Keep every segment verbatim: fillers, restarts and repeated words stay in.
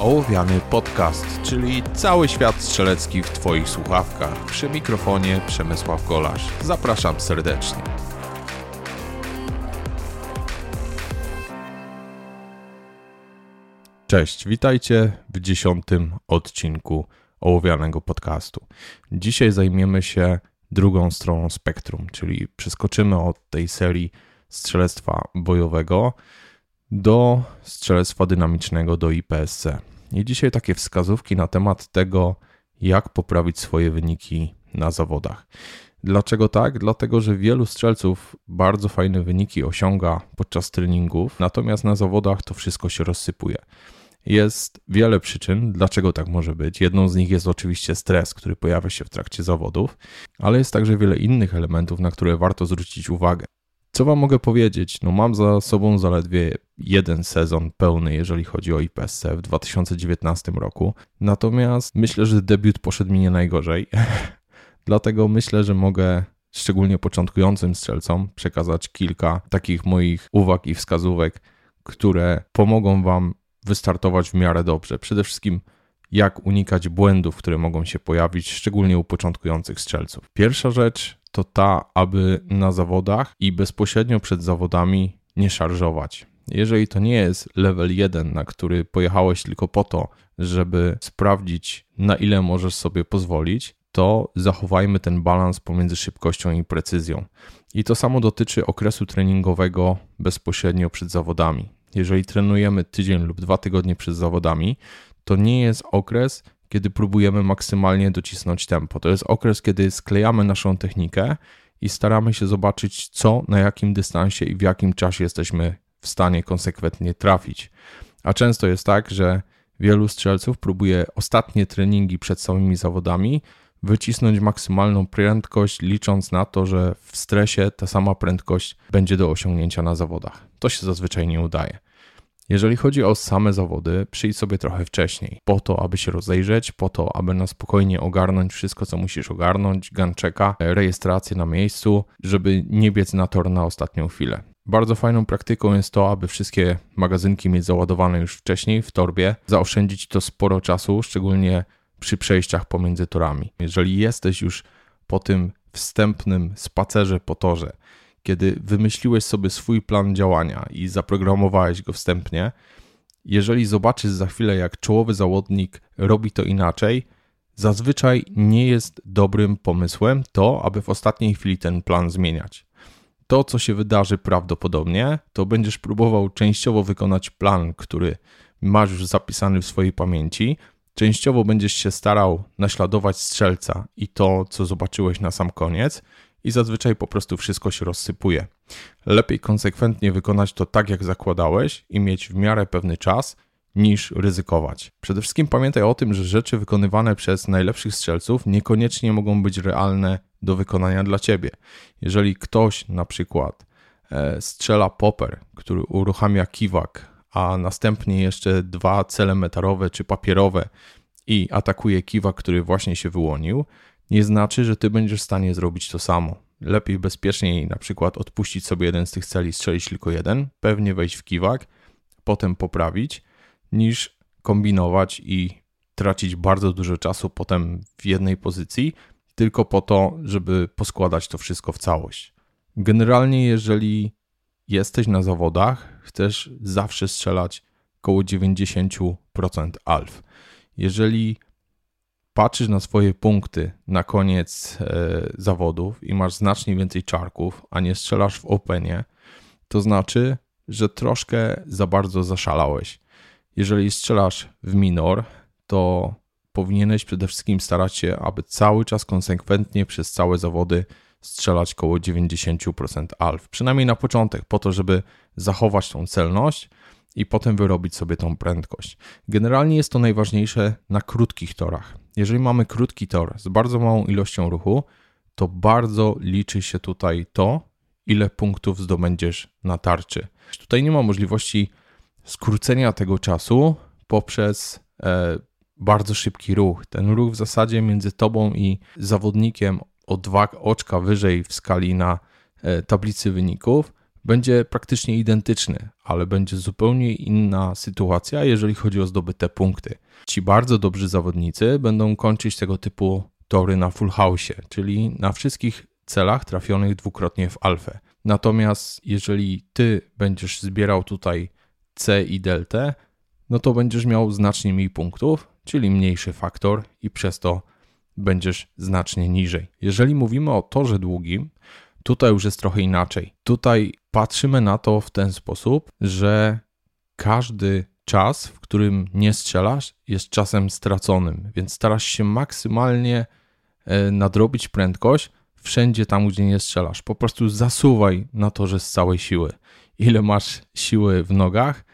Ołowiany Podcast, czyli cały świat strzelecki w Twoich słuchawkach. Przy mikrofonie Przemysław Golasz. Zapraszam serdecznie. Cześć, witajcie w dziesiątym odcinku Ołowianego Podcastu. Dzisiaj zajmiemy się drugą stroną spektrum, czyli przeskoczymy od tej serii strzelectwa bojowego do strzelectwa dynamicznego, do I P S C. I dzisiaj takie wskazówki na temat tego, jak poprawić swoje wyniki na zawodach. Dlaczego tak? Dlatego, że wielu strzelców bardzo fajne wyniki osiąga podczas treningów, natomiast na zawodach to wszystko się rozsypuje. Jest wiele przyczyn, dlaczego tak może być. Jedną z nich jest oczywiście stres, który pojawia się w trakcie zawodów, ale jest także wiele innych elementów, na które warto zwrócić uwagę. Co wam mogę powiedzieć? No mam za sobą zaledwie jeden sezon pełny, jeżeli chodzi o I P S C w dwa tysiące dziewiętnastym roku. Natomiast myślę, że debiut poszedł mi nie najgorzej. Dlatego myślę, że mogę szczególnie początkującym strzelcom przekazać kilka takich moich uwag i wskazówek, które pomogą wam wystartować w miarę dobrze. Przede wszystkim jak unikać błędów, które mogą się pojawić, szczególnie u początkujących strzelców. Pierwsza rzecz to ta, aby na zawodach i bezpośrednio przed zawodami nie szarżować. Jeżeli to nie jest level jeden, na który pojechałeś tylko po to, żeby sprawdzić, na ile możesz sobie pozwolić, to zachowajmy ten balans pomiędzy szybkością i precyzją. I to samo dotyczy okresu treningowego bezpośrednio przed zawodami. Jeżeli trenujemy tydzień lub dwa tygodnie przed zawodami, to nie jest okres, kiedy próbujemy maksymalnie docisnąć tempo. To jest okres, kiedy sklejamy naszą technikę i staramy się zobaczyć, co, na jakim dystansie i w jakim czasie jesteśmy w stanie konsekwentnie trafić. A często jest tak, że wielu strzelców próbuje ostatnie treningi przed samymi zawodami wycisnąć maksymalną prędkość, licząc na to, że w stresie ta sama prędkość będzie do osiągnięcia na zawodach. To się zazwyczaj nie udaje. Jeżeli chodzi o same zawody, przyjdź sobie trochę wcześniej, po to, aby się rozejrzeć, po to, aby na spokojnie ogarnąć wszystko, co musisz ogarnąć, gunchecka, rejestrację na miejscu, żeby nie biec na tor na ostatnią chwilę. Bardzo fajną praktyką jest to, aby wszystkie magazynki mieć załadowane już wcześniej w torbie, zaoszczędzić to sporo czasu, szczególnie przy przejściach pomiędzy torami. Jeżeli jesteś już po tym wstępnym spacerze po torze, kiedy wymyśliłeś sobie swój plan działania i zaprogramowałeś go wstępnie, jeżeli zobaczysz za chwilę, jak czołowy zawodnik robi to inaczej, zazwyczaj nie jest dobrym pomysłem to, aby w ostatniej chwili ten plan zmieniać. To, co się wydarzy prawdopodobnie, to będziesz próbował częściowo wykonać plan, który masz już zapisany w swojej pamięci, częściowo będziesz się starał naśladować strzelca i to, co zobaczyłeś na sam koniec, i zazwyczaj po prostu wszystko się rozsypuje. Lepiej konsekwentnie wykonać to tak, jak zakładałeś i mieć w miarę pewny czas, niż ryzykować. Przede wszystkim pamiętaj o tym, że rzeczy wykonywane przez najlepszych strzelców niekoniecznie mogą być realne do wykonania dla ciebie. Jeżeli ktoś na przykład e, strzela popper, który uruchamia kiwak, a następnie jeszcze dwa cele metalowe czy papierowe i atakuje kiwak, który właśnie się wyłonił, nie znaczy, że ty będziesz w stanie zrobić to samo. Lepiej bezpieczniej na przykład odpuścić sobie jeden z tych celi, strzelić tylko jeden, pewnie wejść w kiwak, potem poprawić, niż kombinować i tracić bardzo dużo czasu potem w jednej pozycji, tylko po to, żeby poskładać to wszystko w całość. Generalnie jeżeli jesteś na zawodach, chcesz zawsze strzelać około dziewięćdziesiąt procent alf. Jeżeli patrzysz na swoje punkty na koniec e, zawodów i masz znacznie więcej czarków, a nie strzelasz w openie, to znaczy, że troszkę za bardzo zaszalałeś. Jeżeli strzelasz w minor, to powinieneś przede wszystkim starać się, aby cały czas konsekwentnie przez całe zawody strzelać około dziewięćdziesiąt procent alf. Przynajmniej na początek, po to, żeby zachować tą celność i potem wyrobić sobie tą prędkość. Generalnie jest to najważniejsze na krótkich torach. Jeżeli mamy krótki tor z bardzo małą ilością ruchu, to bardzo liczy się tutaj to, ile punktów zdobędziesz na tarczy. Tutaj nie ma możliwości skrócenia tego czasu poprzez e, bardzo szybki ruch. Ten ruch w zasadzie między tobą i zawodnikiem o dwa oczka wyżej w skali na e, tablicy wyników będzie praktycznie identyczny, ale będzie zupełnie inna sytuacja, jeżeli chodzi o zdobyte punkty. Ci bardzo dobrzy zawodnicy będą kończyć tego typu tory na full house'ie, czyli na wszystkich celach trafionych dwukrotnie w alfę. Natomiast jeżeli ty będziesz zbierał tutaj C i deltę, no to będziesz miał znacznie mniej punktów, czyli mniejszy faktor i przez to będziesz znacznie niżej. Jeżeli mówimy o torze długim, tutaj już jest trochę inaczej. Tutaj patrzymy na to w ten sposób, że każdy czas, w którym nie strzelasz, jest czasem straconym, więc starasz się maksymalnie nadrobić prędkość wszędzie tam, gdzie nie strzelasz. Po prostu zasuwaj na torze z całej siły. Ile masz siły w nogach,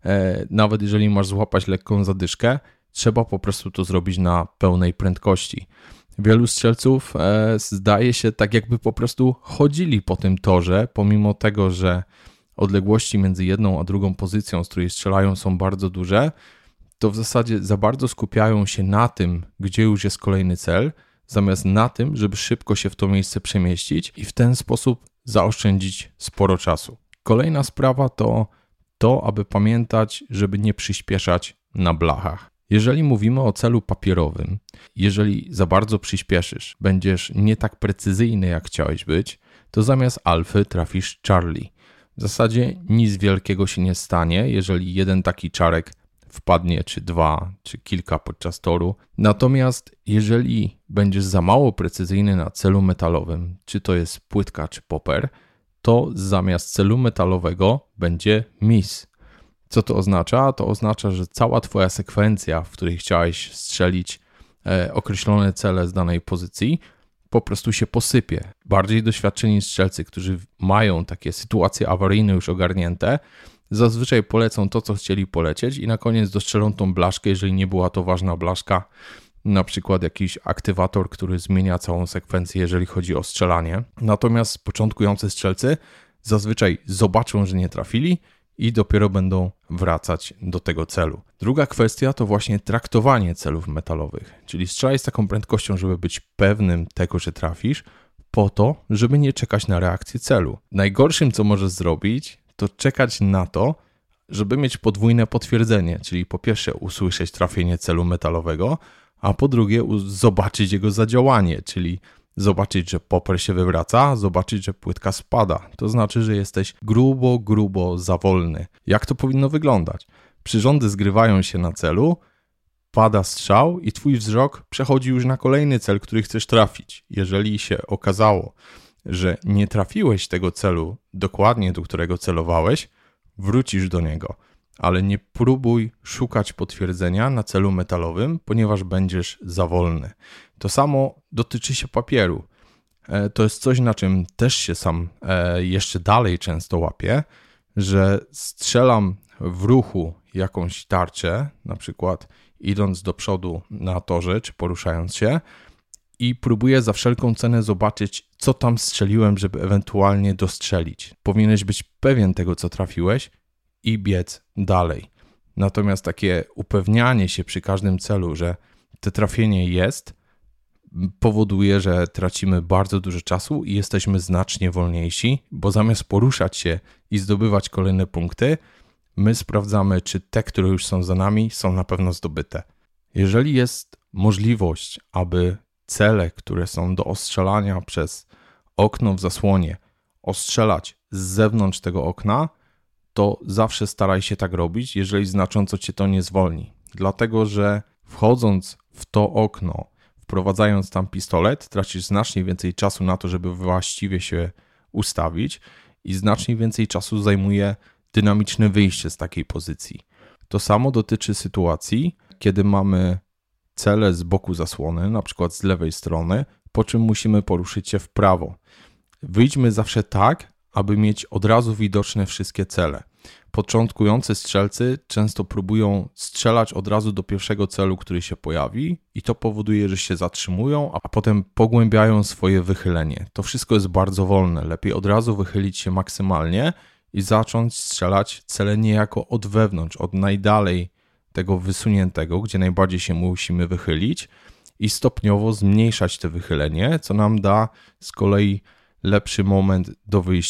nawet jeżeli masz złapać lekką zadyszkę, trzeba po prostu to zrobić na pełnej prędkości. Wielu strzelców e, zdaje się tak jakby po prostu chodzili po tym torze, pomimo tego, że odległości między jedną a drugą pozycją, z której strzelają, są bardzo duże, to w zasadzie za bardzo skupiają się na tym, gdzie już jest kolejny cel, zamiast na tym, żeby szybko się w to miejsce przemieścić i w ten sposób zaoszczędzić sporo czasu. Kolejna sprawa to to, aby pamiętać, żeby nie przyspieszać na blachach. Jeżeli mówimy o celu papierowym, jeżeli za bardzo przyspieszysz, będziesz nie tak precyzyjny, jak chciałeś być, to zamiast alfy trafisz Charlie. W zasadzie nic wielkiego się nie stanie, jeżeli jeden taki czarek wpadnie, czy dwa, czy kilka podczas toru. Natomiast jeżeli będziesz za mało precyzyjny na celu metalowym, czy to jest płytka, czy popper, to zamiast celu metalowego będzie miss. Co to oznacza? To oznacza, że cała twoja sekwencja, w której chciałeś strzelić e, określone cele z danej pozycji, po prostu się posypie. Bardziej doświadczeni strzelcy, którzy mają takie sytuacje awaryjne już ogarnięte, zazwyczaj polecą to, co chcieli polecieć i na koniec dostrzelą tą blaszkę, jeżeli nie była to ważna blaszka, na przykład jakiś aktywator, który zmienia całą sekwencję, jeżeli chodzi o strzelanie. Natomiast początkujący strzelcy zazwyczaj zobaczą, że nie trafili i dopiero będą wracać do tego celu. Druga kwestia to właśnie traktowanie celów metalowych, czyli strzelaj z taką prędkością, żeby być pewnym tego, że trafisz, po to, żeby nie czekać na reakcję celu. Najgorszym, co możesz zrobić, to czekać na to, żeby mieć podwójne potwierdzenie, czyli po pierwsze usłyszeć trafienie celu metalowego, a po drugie zobaczyć jego zadziałanie, czyli zobaczyć, że popper się wywraca, zobaczyć, że płytka spada. To znaczy, że jesteś grubo, grubo za wolny. Jak to powinno wyglądać? Przyrządy zgrywają się na celu, pada strzał i twój wzrok przechodzi już na kolejny cel, który chcesz trafić. Jeżeli się okazało, że nie trafiłeś tego celu dokładnie, do którego celowałeś, wrócisz do niego. Ale nie próbuj szukać potwierdzenia na celu metalowym, ponieważ będziesz za wolny. To samo dotyczy się papieru. To jest coś, na czym też się sam jeszcze dalej często łapię, że strzelam w ruchu jakąś tarczę, na przykład idąc do przodu na torze, czy poruszając się i próbuję za wszelką cenę zobaczyć, co tam strzeliłem, żeby ewentualnie dostrzelić. Powinieneś być pewien tego, co trafiłeś i biec dalej. Natomiast takie upewnianie się przy każdym celu, że to trafienie jest, powoduje, że tracimy bardzo dużo czasu i jesteśmy znacznie wolniejsi, bo zamiast poruszać się i zdobywać kolejne punkty, my sprawdzamy, czy te, które już są za nami, są na pewno zdobyte. Jeżeli jest możliwość, aby cele, które są do ostrzelania przez okno w zasłonie, ostrzelać z zewnątrz tego okna, to zawsze staraj się tak robić, jeżeli znacząco cię to nie zwolni. Dlatego, że wchodząc w to okno, wprowadzając tam pistolet, tracisz znacznie więcej czasu na to, żeby właściwie się ustawić i znacznie więcej czasu zajmuje dynamiczne wyjście z takiej pozycji. To samo dotyczy sytuacji, kiedy mamy cele z boku zasłony, na przykład z lewej strony, po czym musimy poruszyć się w prawo. Wyjdźmy zawsze tak, aby mieć od razu widoczne wszystkie cele. Początkujący strzelcy często próbują strzelać od razu do pierwszego celu, który się pojawi i to powoduje, że się zatrzymują, a potem pogłębiają swoje wychylenie. To wszystko jest bardzo wolne. Lepiej od razu wychylić się maksymalnie i zacząć strzelać cele niejako od wewnątrz, od najdalej tego wysuniętego, gdzie najbardziej się musimy wychylić i stopniowo zmniejszać to wychylenie, co nam da z kolei lepszy moment do wyjścia w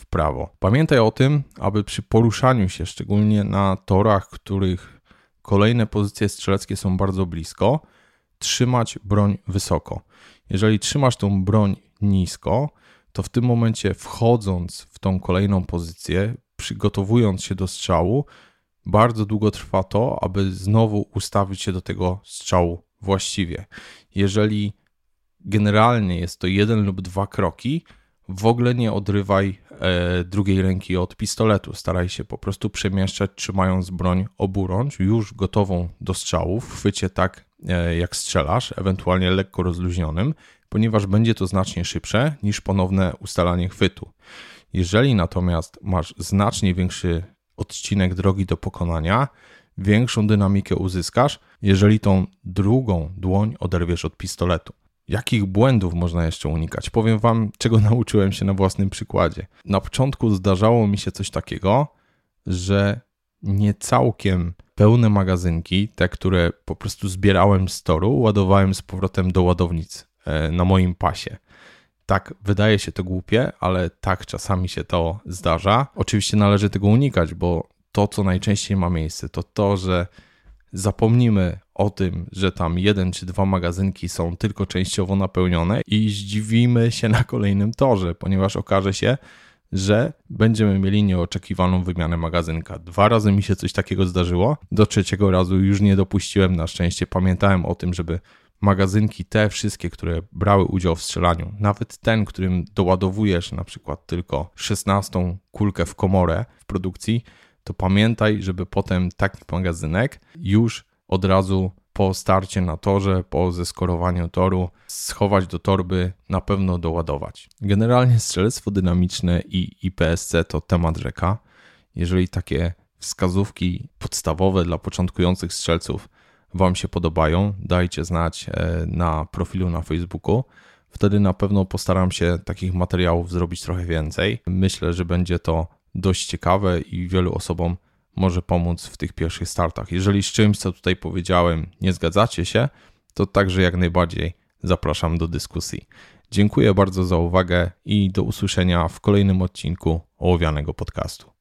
w prawo. Pamiętaj o tym, aby przy poruszaniu się, szczególnie na torach, których kolejne pozycje strzeleckie są bardzo blisko, trzymać broń wysoko. Jeżeli trzymasz tą broń nisko, to w tym momencie wchodząc w tą kolejną pozycję, przygotowując się do strzału, bardzo długo trwa to, aby znowu ustawić się do tego strzału właściwie. Jeżeli generalnie jest to jeden lub dwa kroki, w ogóle nie odrywaj e, drugiej ręki od pistoletu. Staraj się po prostu przemieszczać, trzymając broń oburącz, już gotową do strzału, w chwycie tak e, jak strzelasz, ewentualnie lekko rozluźnionym, ponieważ będzie to znacznie szybsze niż ponowne ustalanie chwytu. Jeżeli natomiast masz znacznie większy odcinek drogi do pokonania, większą dynamikę uzyskasz, jeżeli tą drugą dłoń oderwiesz od pistoletu. Jakich błędów można jeszcze unikać? Powiem wam, czego nauczyłem się na własnym przykładzie. Na początku zdarzało mi się coś takiego, że nie całkiem pełne magazynki, te, które po prostu zbierałem z toru, ładowałem z powrotem do ładownic na moim pasie. Tak, wydaje się to głupie, ale tak czasami się to zdarza. Oczywiście należy tego unikać, bo to, co najczęściej ma miejsce, to to, że zapomnimy o tym, że tam jeden czy dwa magazynki są tylko częściowo napełnione i zdziwimy się na kolejnym torze, ponieważ okaże się, że będziemy mieli nieoczekiwaną wymianę magazynka. Dwa razy mi się coś takiego zdarzyło, do trzeciego razu już nie dopuściłem na szczęście. Pamiętałem o tym, żeby magazynki te wszystkie, które brały udział w strzelaniu, nawet ten, którym doładowujesz na przykład tylko szesnastą kulkę w komorę w produkcji, to pamiętaj, żeby potem taki magazynek już od razu po starcie na torze, po zeskorowaniu toru, schować do torby, na pewno doładować. Generalnie strzelectwo dynamiczne i I P S C to temat rzeka. Jeżeli takie wskazówki podstawowe dla początkujących strzelców wam się podobają, dajcie znać na profilu na Facebooku. Wtedy na pewno postaram się takich materiałów zrobić trochę więcej. Myślę, że będzie to dość ciekawe i wielu osobom może pomóc w tych pierwszych startach. Jeżeli z czymś, co tutaj powiedziałem, nie zgadzacie się, to także jak najbardziej zapraszam do dyskusji. Dziękuję bardzo za uwagę i do usłyszenia w kolejnym odcinku Ołowianego Podcastu.